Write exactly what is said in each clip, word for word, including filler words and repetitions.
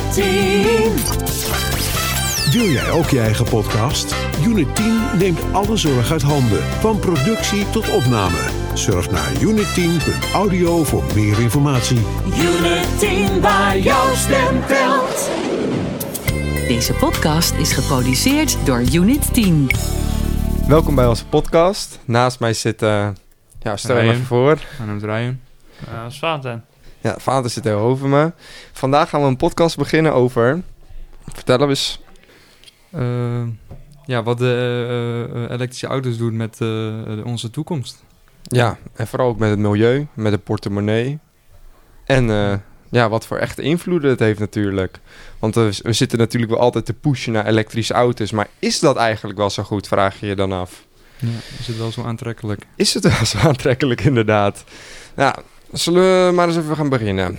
Unit tien. Wil jij ook je eigen podcast? Unit tien neemt alle zorg uit handen. Van productie tot opname. Surf naar unit tien punt audio voor meer informatie. Unit tien, waar jouw stem telt. Deze podcast is geproduceerd door Unit tien. Welkom bij onze podcast. Naast mij zit... Uh, ja, stel hem even voor. Mijn naam is Ryan. Uh, dat is Vaten. Ja, Vaten zit tegenover me. Vandaag gaan we een podcast beginnen over... Vertel eens. Uh, ja, wat de uh, uh, elektrische auto's doen met uh, onze toekomst. Ja, en vooral ook met het milieu, met de portemonnee. En uh, ja, wat voor echte invloeden het heeft natuurlijk. Want uh, we zitten natuurlijk wel altijd te pushen naar elektrische auto's. Maar is dat eigenlijk wel zo goed, vraag je je dan af. Ja, is het wel zo aantrekkelijk? Is het wel zo aantrekkelijk, inderdaad. Nou, zullen we maar eens even gaan beginnen.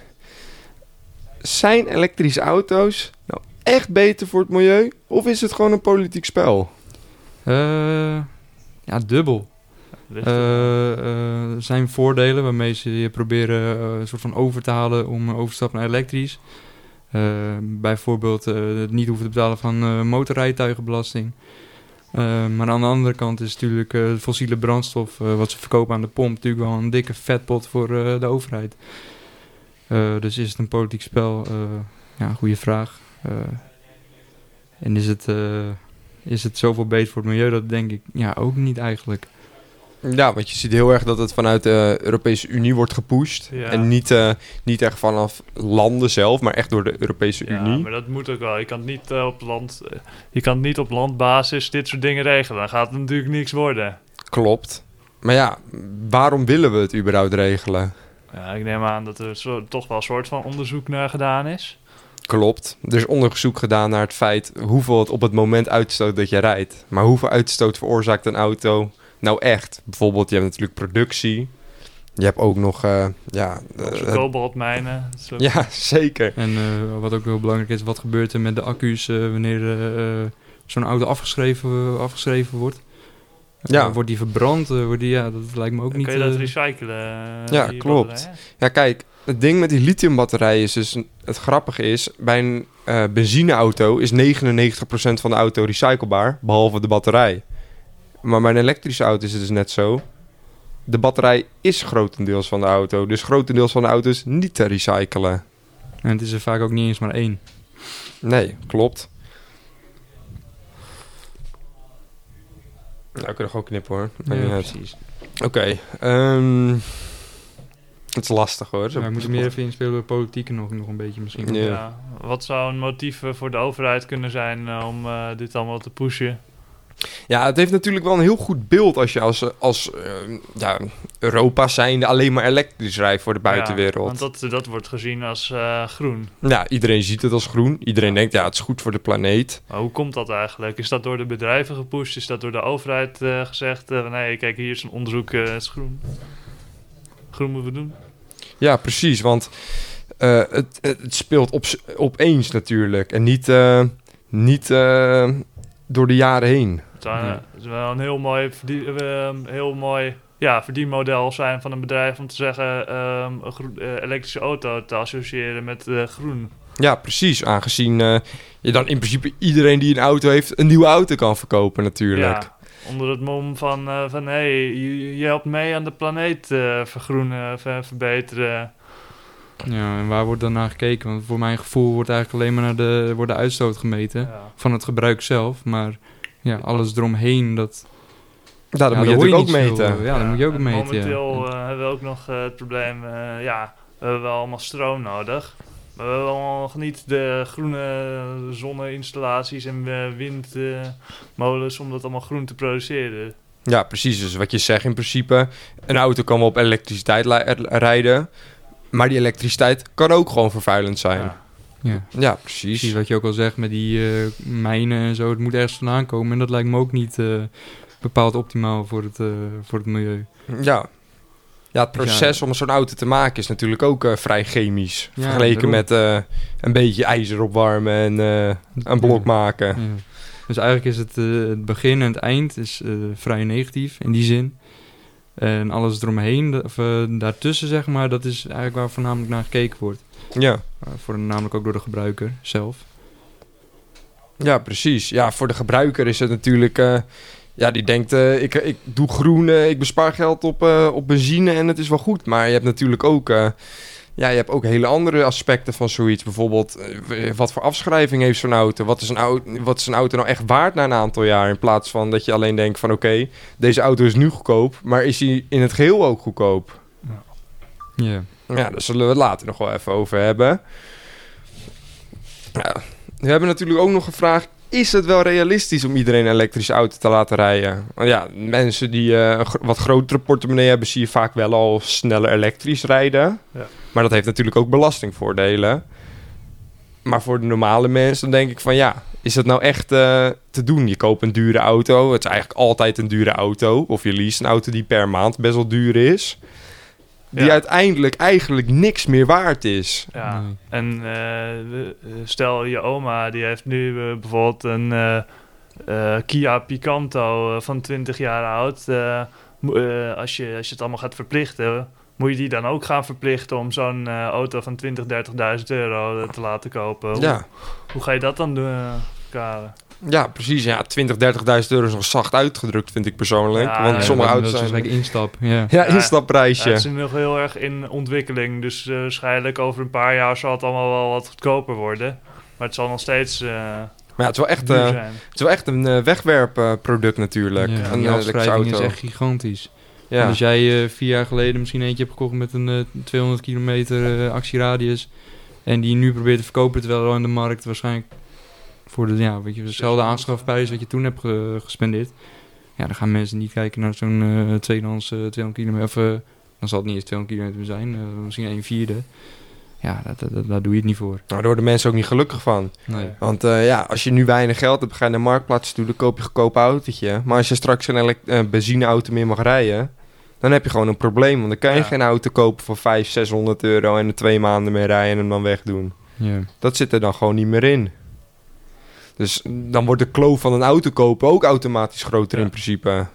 Zijn elektrische auto's nou echt beter voor het milieu? Of is het gewoon een politiek spel? Uh, ja, dubbel. Uh, uh, er zijn voordelen waarmee ze je proberen uh, een soort van over te halen om uh, over te stappen naar elektrisch. Uh, bijvoorbeeld uh, het niet hoeven te betalen van uh, motorrijtuigenbelasting. Uh, maar aan de andere kant is natuurlijk uh, de fossiele brandstof, uh, wat ze verkopen aan de pomp, natuurlijk wel een dikke vetpot voor uh, de overheid. Uh, dus is het een politiek spel? Uh, ja, goede vraag. Uh, en is het, uh, is het zoveel beter voor het milieu? Dat denk ik ja ook niet eigenlijk. Ja, want je ziet heel erg dat het vanuit de Europese Unie wordt gepusht. Ja. En niet, uh, niet echt vanaf landen zelf, maar echt door de Europese ja, Unie. Maar dat moet ook wel. Je kan het niet, uh, op, land, uh, je kan niet op landbasis dit soort dingen regelen. Dan gaat het natuurlijk niks worden. Klopt. Maar ja, waarom willen we het überhaupt regelen? Ja, ik neem aan dat er zo, toch wel een soort van onderzoek naar gedaan is. Klopt. Er is onderzoek gedaan naar het feit hoeveel het op het moment uitstoot dat je rijdt. Maar hoeveel uitstoot veroorzaakt een auto nou echt? Bijvoorbeeld, je hebt natuurlijk productie. Je hebt ook nog... Uh, ja, uh, kobaltmijnen. Ja, zeker. En uh, wat ook heel belangrijk is, wat gebeurt er met de accu's uh, wanneer uh, zo'n auto afgeschreven, afgeschreven wordt? Ja. Uh, wordt die verbrand? Uh, wordt die, ja, dat lijkt me ook Dan niet... Kun je dat uh, recyclen? Uh, ja, klopt. Batterijen? Ja, kijk, het ding met die lithiumbatterijen is dus... Het grappige is, bij een uh, benzineauto is negenennegentig procent van de auto recyclebaar, behalve de batterij. Maar bij een elektrische auto is het dus net zo. De batterij is grotendeels van de auto, dus grotendeels van de auto is niet te recyclen. En het is er vaak ook niet eens maar één. Nee, klopt. Nou, ik kan nog ook knippen hoor. Ja, ja precies. Oké, okay, um, het is lastig hoor. Ja, we moeten meer even inspelen door politiek nog, nog een beetje misschien. Ja. Ja, wat zou een motief voor de overheid kunnen zijn uh, om uh, dit allemaal te pushen? Ja, het heeft natuurlijk wel een heel goed beeld als je als, als uh, ja, Europa zijnde alleen maar elektrisch rijdt voor de buitenwereld. Ja, want dat, dat wordt gezien als uh, groen. Ja, iedereen ziet het als groen. Iedereen denkt, ja, het is goed voor de planeet. Maar hoe komt dat eigenlijk? Is dat door de bedrijven gepusht? Is dat door de overheid uh, gezegd? Uh, nee, kijk, hier is een onderzoek, uh, het is groen. Groen moeten we doen. Ja, precies, want uh, het, het speelt op, opeens natuurlijk. En niet, uh, niet uh, door de jaren heen. Het zou, ja. is wel een heel mooi, verdien, uh, heel mooi ja, verdienmodel zijn van een bedrijf om te zeggen um, een groen, uh, elektrische auto te associëren met uh, groen. Ja, precies. Aangezien uh, je dan in principe iedereen die een auto heeft een nieuwe auto kan verkopen natuurlijk. Ja, onder het mom van, uh, van hé, hey, je, je helpt mee aan de planeet uh, vergroenen, ver, verbeteren. Ja, en waar wordt dan naar gekeken? Want voor mijn gevoel wordt eigenlijk alleen maar naar de, wordt de uitstoot gemeten ja. van het gebruik zelf. Maar ja, alles eromheen, dat... Ja, dat ja, moet je natuurlijk ook meten. Veel, ja, ja, dat moet je ook en meten. Momenteel ja. uh, hebben we ook nog uh, het probleem, uh, ja, we hebben wel allemaal stroom nodig. Maar we hebben nog niet de groene zonne-installaties en uh, windmolens uh, om dat allemaal groen te produceren. Ja, precies. Dus wat je zegt in principe, een auto kan wel op elektriciteit li- rijden, maar die elektriciteit kan ook gewoon vervuilend zijn. Ja, ja. ja precies. Precies wat je ook al zegt met die uh, mijnen en zo, het moet ergens vandaan komen. En dat lijkt me ook niet uh, bepaald optimaal voor het, uh, voor het milieu. Ja. Ja, het proces ja. om zo'n auto te maken is natuurlijk ook uh, vrij chemisch. Ja, vergeleken met uh, een beetje ijzer opwarmen en uh, een blok ja. maken. Ja. Dus eigenlijk is het, uh, het begin en het eind is uh, vrij negatief in die zin. En alles eromheen, of uh, daartussen zeg maar, dat is eigenlijk waar voornamelijk naar gekeken wordt. Ja. Uh, voor, namelijk ook door de gebruiker zelf. Ja, precies. Ja, voor de gebruiker is het natuurlijk... Uh, ja, die denkt, uh, ik, ik doe groen, uh, ik bespaar geld op, uh, op benzine en het is wel goed. Maar je hebt natuurlijk ook... Uh, ja, je hebt ook hele andere aspecten van zoiets. Bijvoorbeeld, uh, wat voor afschrijving heeft zo'n auto? Wat is een auto, wat is een auto nou echt waard na een aantal jaar? In plaats van dat je alleen denkt van... Oké, okay, deze auto is nu goedkoop, maar is die in het geheel ook goedkoop? Ja. Yeah. Ja, daar zullen we het later nog wel even over hebben. Ja, we hebben natuurlijk ook nog gevraagd... Is het wel realistisch om iedereen een elektrische auto te laten rijden? Want ja, mensen die uh, een gro- wat grotere portemonnee hebben... zie je vaak wel al sneller elektrisch rijden. Ja. Maar dat heeft natuurlijk ook belastingvoordelen. Maar voor de normale mensen dan denk ik van... ja, is dat nou echt uh, te doen? Je koopt een dure auto. Het is eigenlijk altijd een dure auto. Of je leest een auto die per maand best wel duur is... Die ja. uiteindelijk eigenlijk niks meer waard is. Ja, nee. En uh, stel je oma, die heeft nu uh, bijvoorbeeld een uh, uh, Kia Picanto uh, van twintig jaar oud. Uh, uh, als, je, als je het allemaal gaat verplichten, moet je die dan ook gaan verplichten om zo'n uh, auto van twintig, dertigduizend euro te laten kopen. Ja. Hoe, hoe ga je dat dan doen, uh, Karen? Ja, precies. Ja, twintig, dertigduizend euro is nog zacht uitgedrukt, vind ik persoonlijk. Ja, want ja, sommige dat, auto's dat zijn... is like instap. Yeah. Ja, instapprijsje. Ja, het is nog heel erg in ontwikkeling. Dus uh, waarschijnlijk over een paar jaar zal het allemaal wel wat goedkoper worden. Maar het zal nog steeds uh, Maar ja, het is wel echt, uh, het is wel echt een uh, wegwerpproduct natuurlijk. Ja, een die uh, afschrijving is echt gigantisch. Ja. En als jij uh, vier jaar geleden misschien eentje hebt gekocht met een uh, tweehonderd kilometer uh, actieradius... en die nu probeert te verkopen terwijl er in de markt waarschijnlijk... voor de, ja, weet je, dezelfde aanschafprijs wat je toen hebt ge- gespendeerd. Ja, dan gaan mensen niet kijken naar zo'n uh, tweedehands uh, tweehonderd kilometer. Of uh, dan zal het niet eens tweehonderd kilometer zijn. Uh, misschien een vierde. Ja, dat, dat, daar doe je het niet voor. Nou, daar worden mensen ook niet gelukkig van. Nee. Want uh, ja, als je nu weinig geld hebt, ga je naar de marktplaats toe, dan koop je een goedkoop autootje. Maar als je straks geen elekt- uh, benzineauto meer mag rijden, dan heb je gewoon een probleem. Want dan kan je ja. geen auto kopen voor vijfhonderd, zeshonderd euro en er twee maanden mee rijden en hem dan wegdoen. Ja. Dat zit er dan gewoon niet meer in. Dus dan wordt de kloof van een auto kopen ook automatisch groter ja. in principe.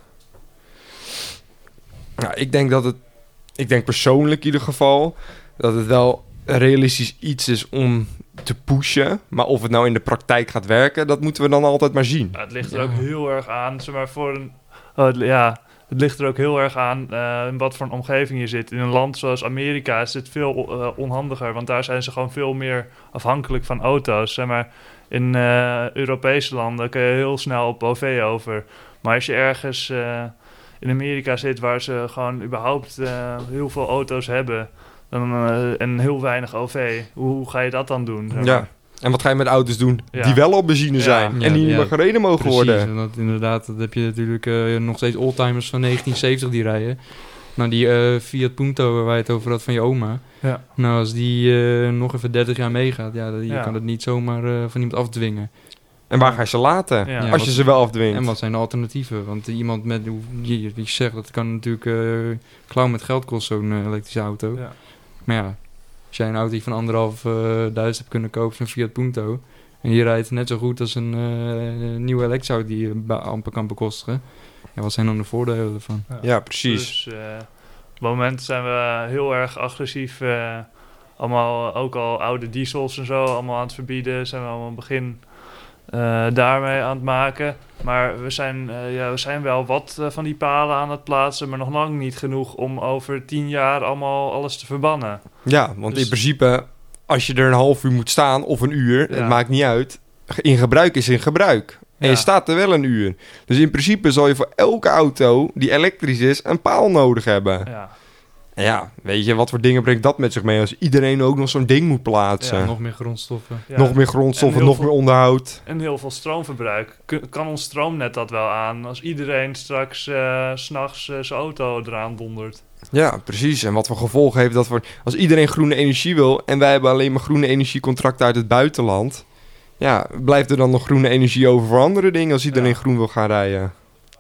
Nou, ik denk dat het... Ik denk persoonlijk in ieder geval... dat het wel een realistisch iets is om te pushen. Maar of het nou in de praktijk gaat werken... dat moeten we dan altijd maar zien. Ja, het ligt er ja. ook heel erg aan. Zeg maar voor een... Oh, het, ja, het ligt er ook heel erg aan... Uh, in wat voor een omgeving je zit. In een land zoals Amerika is het veel uh, onhandiger. Want daar zijn ze gewoon veel meer afhankelijk van auto's. Zeg maar... In uh, Europese landen kun je heel snel op O V over. Maar als je ergens uh, in Amerika zit waar ze gewoon überhaupt uh, heel veel auto's hebben... Dan, uh, en heel weinig O V, hoe, hoe ga je dat dan doen? Zeg maar? Ja, en wat ga je met auto's doen ja. die wel op benzine ja. zijn... Ja, en die niet ja. meer gereden mogen Precies, worden? En dat, inderdaad, dat heb je natuurlijk uh, nog steeds oldtimers van negentien zeventig die rijden... Nou, die uh, Fiat Punto waar je het over had van je oma. Ja. Nou, als die uh, nog even dertig jaar meegaat, ja, je ja. kan het niet zomaar uh, van iemand afdwingen. En waar ga je ze laten? Ja. Ja, als je wat, ze wel afdwingt. En wat zijn de alternatieven? Want uh, iemand met, wie je zegt, dat kan natuurlijk uh, klauw met geld kosten, zo'n uh, elektrische auto. Ja. Maar ja, als jij een auto van anderhalf uh, duizend hebt kunnen kopen, zo'n Fiat Punto... en je rijdt net zo goed als een uh, nieuwe elektrische auto die je amper kan bekostigen... Ja, wat zijn dan de voordelen ervan? Ja, ja precies. Dus, uh, op het moment zijn we heel erg agressief, uh, allemaal ook al oude diesels en zo, allemaal aan het verbieden. Zijn we allemaal aan het begin uh, daarmee aan het maken. Maar we zijn, uh, ja, we zijn wel wat uh, van die palen aan het plaatsen, maar nog lang niet genoeg om over tien jaar allemaal alles te verbannen. Ja, want dus, in principe, als je er een half uur moet staan of een uur, ja. het maakt niet uit. In gebruik is in gebruik. En ja. je staat er wel een uur. Dus in principe zal je voor elke auto die elektrisch is een paal nodig hebben. Ja. En ja, weet je, wat voor dingen brengt dat met zich mee als iedereen ook nog zo'n ding moet plaatsen? Ja, nog meer grondstoffen. Ja. Nog meer grondstoffen, nog veel, meer onderhoud. En heel veel stroomverbruik. K- kan ons stroomnet dat wel aan als iedereen straks uh, 's nachts uh, zijn auto eraan dondert? Ja, precies. En wat voor gevolgen heeft dat voor... Als iedereen groene energie wil en wij hebben alleen maar groene energiecontracten uit het buitenland... Ja, blijft er dan nog groene energie over voor andere dingen als iedereen ja. groen wil gaan rijden?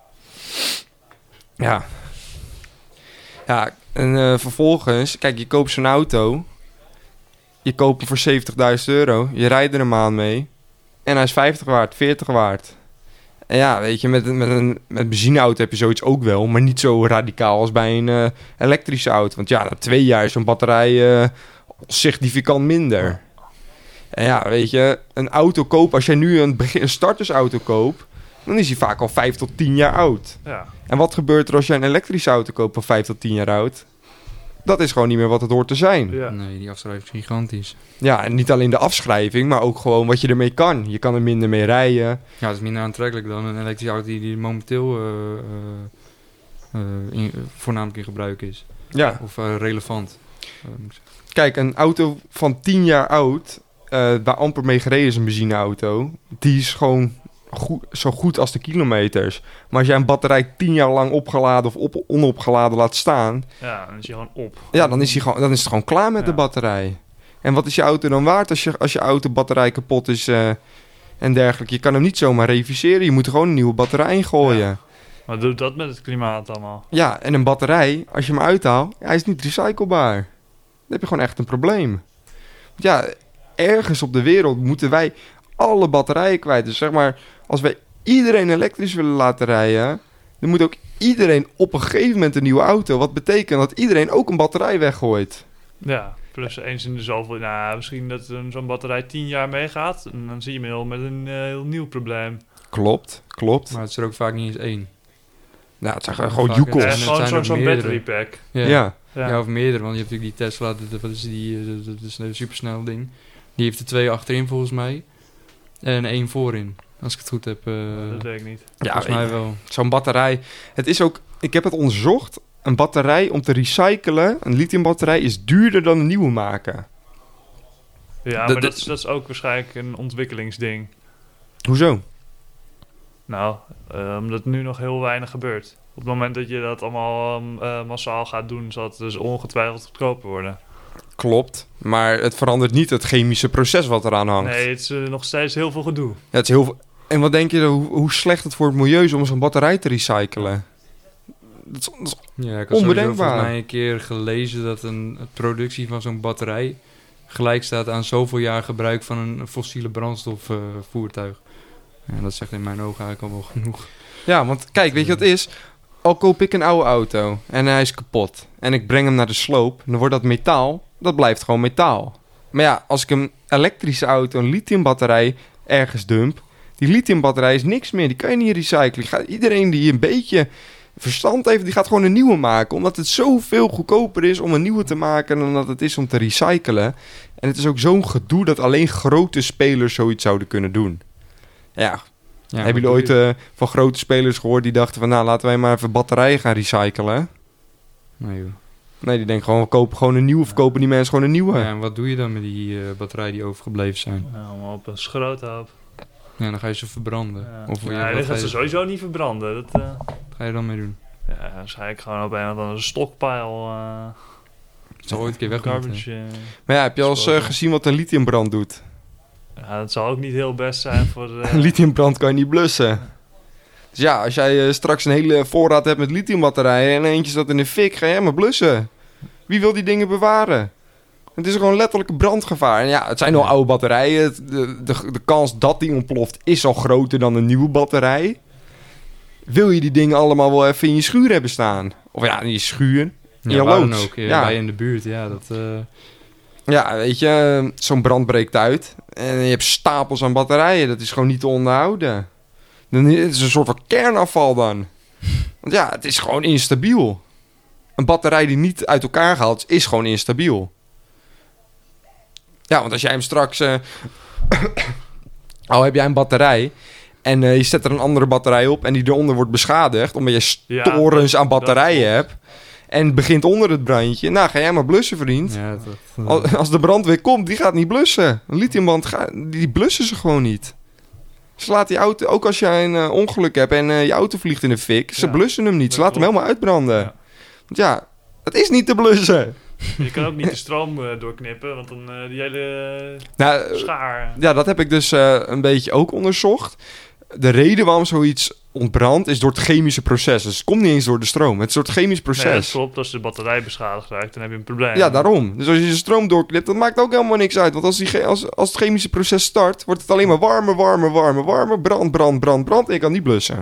Ja. Ja, en uh, vervolgens, kijk, je koopt zo'n auto. Je koopt hem voor zeventigduizend euro. Je rijdt er een maand mee. En hij is vijftig waard, veertig waard. En ja, weet je, met, met een met benzineauto heb je zoiets ook wel, maar niet zo radicaal als bij een uh, elektrische auto. Want ja, na twee jaar is zo'n batterij uh, significant minder. En ja, weet je, een auto kopen, als jij nu een, begin, een startersauto koopt, dan is die vaak al vijf tot tien jaar oud. Ja. En wat gebeurt er als jij een elektrische auto koopt van vijf tot tien jaar oud? Dat is gewoon niet meer wat het hoort te zijn. Ja. Nee, die afschrijving is gigantisch. Ja, en niet alleen de afschrijving, maar ook gewoon wat je ermee kan. Je kan er minder mee rijden. Ja, het is minder aantrekkelijk dan een elektrische auto die, die momenteel uh, uh, uh, in, uh, voornamelijk in gebruik is. Ja. Of uh, relevant. Uh, moet ik zeggen. Kijk, een auto van tien jaar oud, uh, waar amper mee gereden is, een benzineauto, die is gewoon goed, zo goed als de kilometers. Maar als jij een batterij tien jaar lang opgeladen of op, onopgeladen laat staan, ja, dan is hij gewoon op. ja, dan is, hij gewoon, dan is het gewoon klaar met Ja. de batterij. En wat is je auto dan waard als je, als je auto batterij kapot is uh, en dergelijke? Je kan hem niet zomaar reviseren. Je moet er gewoon een nieuwe batterij in gooien. Ja. Ja, Wat doet dat met het klimaat allemaal? ja, en een batterij, als je hem uithaalt, ja, hij is niet recyclebaar. Dan heb je gewoon echt een probleem. Want ja, ergens op de wereld moeten wij alle batterijen kwijt. Dus zeg maar, als wij iedereen elektrisch willen laten rijden, dan moet ook iedereen op een gegeven moment een nieuwe auto. Wat betekent dat iedereen ook een batterij weggooit. Ja, plus eens in de zoveel... Nou, misschien dat een- zo'n batterij tien jaar meegaat. En dan zie je me heel met een uh, heel nieuw probleem. Klopt, klopt. Maar het is er ook vaak niet eens één. Nou, het zijn gewoon Vaak- joekels. Ja, het gewoon zijn zo'n er zo'n meerdere. battery pack. Ja. Ja. Ja. Ja. of meerdere, want je hebt natuurlijk die Tesla, dat, wat is die, eh, dat- dat is een supersnel ding. Die heeft er twee achterin volgens mij. En één voorin, als ik het goed heb. eh, dat weet ik niet. Ja, volgens mij wel. zo'n batterij. Het is ook, ik heb het onderzocht. Een batterij om te recyclen, een lithiumbatterij, is duurder dan een nieuwe maken. Ja, De- maar de- dat is, dat is ook waarschijnlijk een ontwikkelingsding. Hoezo? Nou, uh, omdat nu nog heel weinig gebeurt. Op het moment dat je dat allemaal um, uh, massaal gaat doen, zal het dus ongetwijfeld goedkoper worden. Klopt. Maar het verandert niet het chemische proces wat eraan hangt. Nee, het is uh, nog steeds heel veel gedoe. Ja, het is heel veel. En wat denk je, hoe, hoe slecht het voor het milieu is om zo'n batterij te recyclen? Dat is, dat is- Ja, ik had sowieso Onbedenkbaar. volgens mij een keer gelezen dat een een productie van zo'n batterij gelijk staat aan zoveel jaar gebruik van een fossiele brandstofvoertuig. Ja, dat zegt in mijn ogen eigenlijk al wel genoeg. ja, want kijk, weet je wat het is? Al koop ik een oude auto en hij is kapot en ik breng hem naar de sloop, dan wordt dat metaal, dat blijft gewoon metaal. Maar ja, als ik een elektrische auto, een lithiumbatterij ergens dump, die lithiumbatterij is niks meer, die kan je niet recyclen. Die gaat, iedereen die een beetje verstand heeft, die gaat gewoon een nieuwe maken, omdat het zoveel goedkoper is om een nieuwe te maken dan dat het is om te recyclen. En het is ook zo'n gedoe dat alleen grote spelers zoiets zouden kunnen doen. Ja, Ja, hebben jullie ooit uh, van grote spelers gehoord die dachten van, nou, laten wij maar even batterijen gaan recyclen? Nee, joh. Nee, die denken gewoon, we kopen gewoon een nieuwe, of kopen die mensen gewoon een nieuwe. Ja, en wat doe je dan met die uh, batterijen die overgebleven zijn? Nou, allemaal op een schroothoop. Ja, dan ga je ze verbranden. Ja, Of wil je, ja, wat die ga, gaat je, ze sowieso niet verbranden. Dat, uh, wat ga je dan mee doen? ja, waarschijnlijk gewoon op een of andere stokpile. Uh, Het zal ooit een keer weg moeten. garbage. Uh, Maar ja, heb je al eens uh, Spoken. gezien wat een lithiumbrand doet? ja, dat zal ook niet heel best zijn voor... Uh, Een lithiumbrand kan je niet blussen. Dus ja, als jij uh, straks een hele voorraad hebt met lithiumbatterijen en eentje staat in de fik, ga jij maar blussen. Wie wil die dingen bewaren? Het is gewoon letterlijk een brandgevaar. En ja, het zijn al oude batterijen. De, de, de kans dat die ontploft is al groter dan een nieuwe batterij. Wil je die dingen allemaal wel even in je schuur hebben staan? Of ja, in je schuur. In Ja, je waar dan loods. ook. Ja, Ja. Bij je in de buurt, ja. Dat, uh, Ja, weet je, uh, zo'n brand breekt uit. En je hebt stapels aan batterijen. Dat is gewoon niet te onderhouden. Dan is het een soort van kernafval dan. Want ja, het is gewoon instabiel. Een batterij die niet uit elkaar gehaald is, is gewoon instabiel. Ja, want als jij hem straks... Uh, al heb jij een batterij en uh, je zet er een andere batterij op en die eronder wordt beschadigd, omdat je Ja, storens aan batterijen dat hebt en het begint onder het brandje. Nou, ga jij maar blussen, vriend. ja, dat, uh, Als, als de brand weer komt, die gaat niet blussen. Een lithiumband, ga, die blussen ze gewoon niet. Ze laten je auto, ook als je een uh, ongeluk hebt en uh, je auto vliegt in de fik, ze Ja, blussen hem niet. Ze dat laten hem klopt. helemaal uitbranden. Ja. Want ja, het is niet te blussen. je kan ook niet de stroom uh, doorknippen, want dan uh, die hele Nou, uh, schaar... ja, dat heb ik dus uh, een beetje ook onderzocht. de reden waarom zoiets ontbrandt is door het chemische proces. Dus het komt niet eens door de stroom. Het is een soort chemisch proces. Nee, dat klopt. Als de batterij beschadigd raakt, dan heb je een probleem. Ja, daarom. Dus als je de stroom doorknipt, dat maakt ook helemaal niks uit. Want als, die, che- als, als het chemische proces start, wordt het alleen maar warmer, warmer, warmer, warmer. Brand, brand, brand, brand. En je kan niet blussen.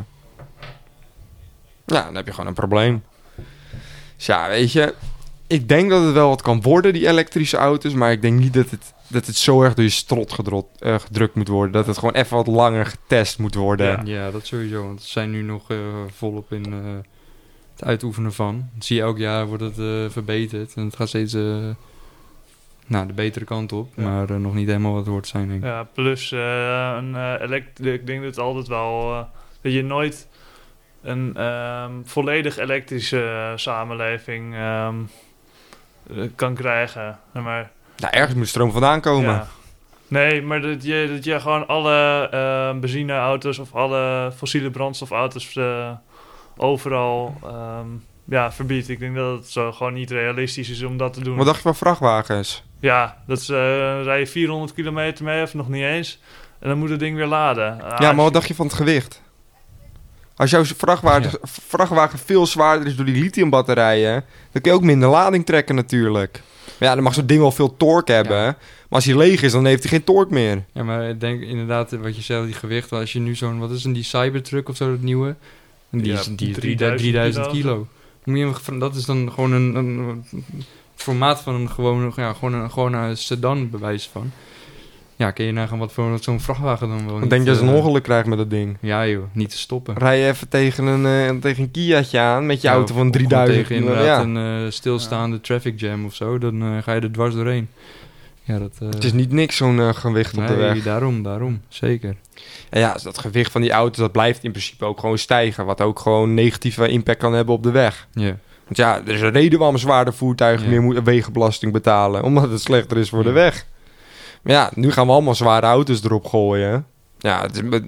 Ja, dan heb je gewoon een probleem. Dus ja, weet je... Ik denk dat het wel wat kan worden, die elektrische auto's. Maar ik denk niet dat het, dat het zo erg door je strot gedrot, uh, gedrukt moet worden. Dat het gewoon even wat langer getest moet worden. Ja. Ja, dat sowieso. Want ze zijn nu nog uh, volop in uh, het uitoefenen van. Dat zie je elk jaar wordt het uh, verbeterd. En het gaat steeds uh, nou, de betere kant op. Ja. Maar uh, nog niet helemaal wat het hoort zijn, denk ik. Ja, plus uh, een uh, elekt- ik denk dat het altijd wel... Uh, dat je nooit een um, volledig elektrische uh, samenleving um, uh, kan krijgen. Maar, Nou, ergens moet stroom vandaan komen. ja. Nee, maar dat je, dat je gewoon alle uh, benzineauto's of alle fossiele brandstofauto's uh, overal um, ja, verbiedt. Ik denk dat het zo gewoon niet realistisch is om dat te doen. Wat dacht je van vrachtwagens? Ja, dat is, uh, rij je vierhonderd kilometer mee of nog niet eens. En dan moet het ding weer laden. Ah, Ja, maar wat dacht je van het gewicht? Als jouw vrachtwagen, Ja. vrachtwagen veel zwaarder is door die lithiumbatterijen, dan kun je ook minder lading trekken natuurlijk. Maar ja, dan mag zo'n ding wel veel torque hebben. Ja. Maar als hij leeg is, dan heeft hij geen torque meer. Ja, maar ik denk inderdaad, wat je zegt, die gewicht. Als je nu zo'n, wat is een die Cybertruck of zo, het nieuwe? En die Ja, is, die is drieduizend drieduizend kilo. kilo. Moet je hem gevra- dat is dan gewoon een, een, een formaat van een gewone, ja, gewoon een, gewoon een sedan bewijs van. Ja, kun je nagaan wat voor zo'n vrachtwagen dan wel Dan niet, denk je dat je eh, een ongeluk krijgt met dat ding. Ja joh, niet te stoppen. Rij je even tegen een, uh, tegen een Kia'tje aan met je Ja, auto of- van of gewoon drieduizend tegen kilo. inderdaad Ja. een uh, stilstaande traffic jam of zo, dan uh, ga je er dwars doorheen. Ja, dat... Uh, Het is niet niks zo'n uh, gewicht op de nee, weg. daarom, daarom. Zeker. En ja, dus dat gewicht van die auto's, dat blijft in principe ook gewoon stijgen. Wat ook gewoon negatieve impact kan hebben op de weg. Ja. Want ja, er is een reden waarom zwaarder voertuigen Ja. meer moeten wegenbelasting betalen. Omdat het slechter is voor de Ja. weg. Maar ja, nu gaan we allemaal zware auto's erop gooien. Ja, het is,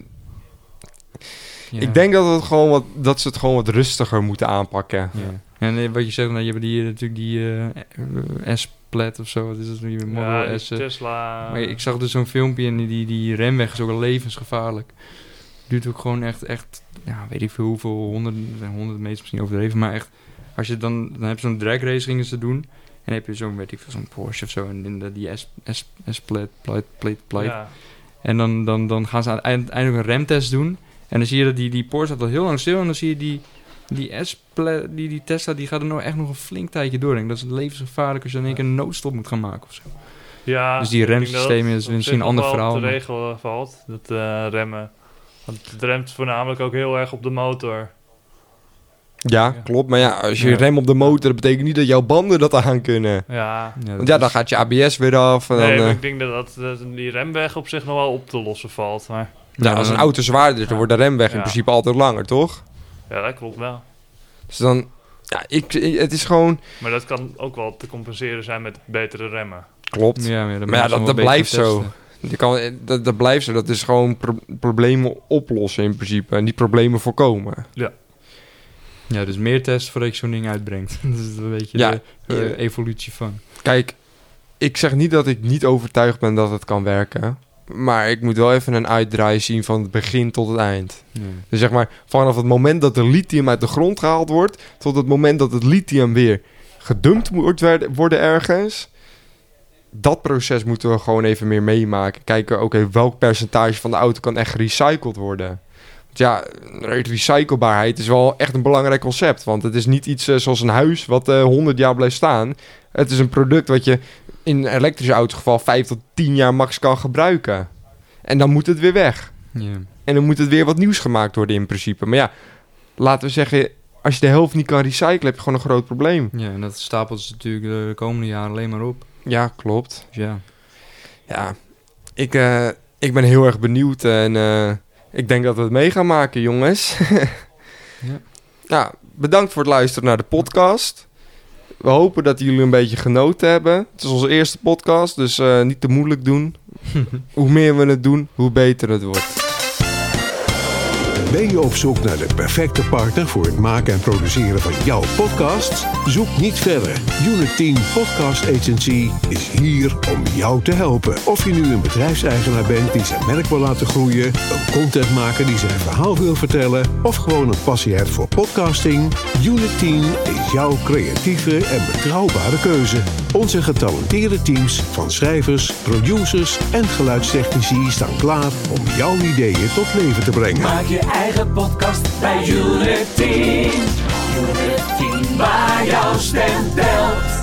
Ja. ik denk dat, het gewoon wat, dat ze het gewoon wat rustiger moeten aanpakken. Ja. En eh, wat je zegt, nou, je hebt die, natuurlijk die uh, S-plat of zo. Wat is dat? Die Model Ja, die S. eh. Tesla. Maar ik zag dus zo'n filmpje en die, die remweg is ook al levensgevaarlijk. Duurt ook gewoon echt, echt, ja, weet ik veel hoeveel, honderden, honderden meters misschien overdreven. Maar echt, als je dan, dan heb je zo'n drag race gingen ze doen. En dan heb je zo'n, weet ik veel, zo'n Porsche of zo. En in die S, S, S-plat, plate, plate, plate. Ja. En dan, dan, dan gaan ze aan het eind- eindelijk een remtest doen. En dan zie je dat die, die Porsche staat al heel lang stil. En dan zie je die, die, S-pla- die, die Tesla, die gaat er nou echt nog een flink tijdje door. Ik denk, dat is levensgevaarlijk als je in één keer een noodstop moet gaan maken of zo. Ja, Dus die ik denk remsystemen dat is het op misschien zich een ander nog wel verhaal, op de maar- regel uh, valt, dat uh, remmen. Want het remt voornamelijk ook heel erg op de motor. Ja, Ja. klopt. Maar ja, als je Ja. rem op de motor, dat betekent niet dat jouw banden dat aan kunnen. Ja, dat Want ja, is- dan gaat je A B S weer af. En nee, dan, maar eh, ik denk dat, dat, dat die remweg op zich nog wel op te lossen valt. Maar ja, als een auto zwaarder is, dan wordt de remweg in Ja. principe altijd langer, toch? ja, dat klopt wel. Dus dan, ja, ik, ik- het is gewoon, Maar dat kan ook wel te compenseren zijn met betere remmen. klopt. Ja, maar, ja, Maar ja, dat, dat blijft zo. Je kan, dat, dat blijft zo. Dat is gewoon pro- problemen oplossen in principe. En niet problemen voorkomen. Ja, dus meer testen voordat je zo'n ding uitbrengt. Dat is een beetje Ja, de eh, ja. evolutie van. Kijk, ik zeg niet dat ik niet overtuigd ben dat het kan werken. Maar ik moet wel even een uitdraai zien van het begin tot het eind. Ja. Dus zeg maar, vanaf het moment dat de lithium uit de grond gehaald wordt, tot het moment dat het lithium weer gedumpt moet werden- worden ergens. Dat proces moeten we gewoon even meer meemaken. Kijken, oké, welk percentage van de auto kan echt gerecycled worden? Want ja, recyclebaarheid is wel echt een belangrijk concept. Want het is niet iets eh, zoals een huis wat eh, honderd jaar blijft staan. Het is een product wat je in een elektrische auto geval vijf tot tien jaar max kan gebruiken. En dan moet het weer weg. Ja. En dan moet het weer wat nieuws gemaakt worden in principe. Maar ja, laten we zeggen, als je de helft niet kan recyclen, heb je gewoon een groot probleem. ja, en dat stapelt ze natuurlijk de komende jaren alleen maar op. Ja, klopt. Dus ja. Ja, ik, eh, ik ben heel erg benieuwd en eh, ik denk dat we het mee gaan maken, jongens. Ja. Ja, bedankt voor het luisteren naar de podcast. We hopen dat jullie een beetje genoten hebben. Het is onze eerste podcast, dus eh, niet te moeilijk doen. Hoe meer we het doen, hoe beter het wordt. Ben je op zoek naar de perfecte partner voor het maken en produceren van jouw podcast? Zoek niet verder. Unit tien Podcast Agency is hier om jou te helpen. Of je nu een bedrijfseigenaar bent die zijn merk wil laten groeien, een contentmaker die zijn verhaal wil vertellen, of gewoon een passie hebt voor podcasting, Unit tien is jouw creatieve en betrouwbare keuze. Onze getalenteerde teams van schrijvers, producers en geluidstechnici staan klaar om jouw ideeën tot leven te brengen. Maak je eigen podcast bij Unit tien. Unit tien, waar jouw stem telt.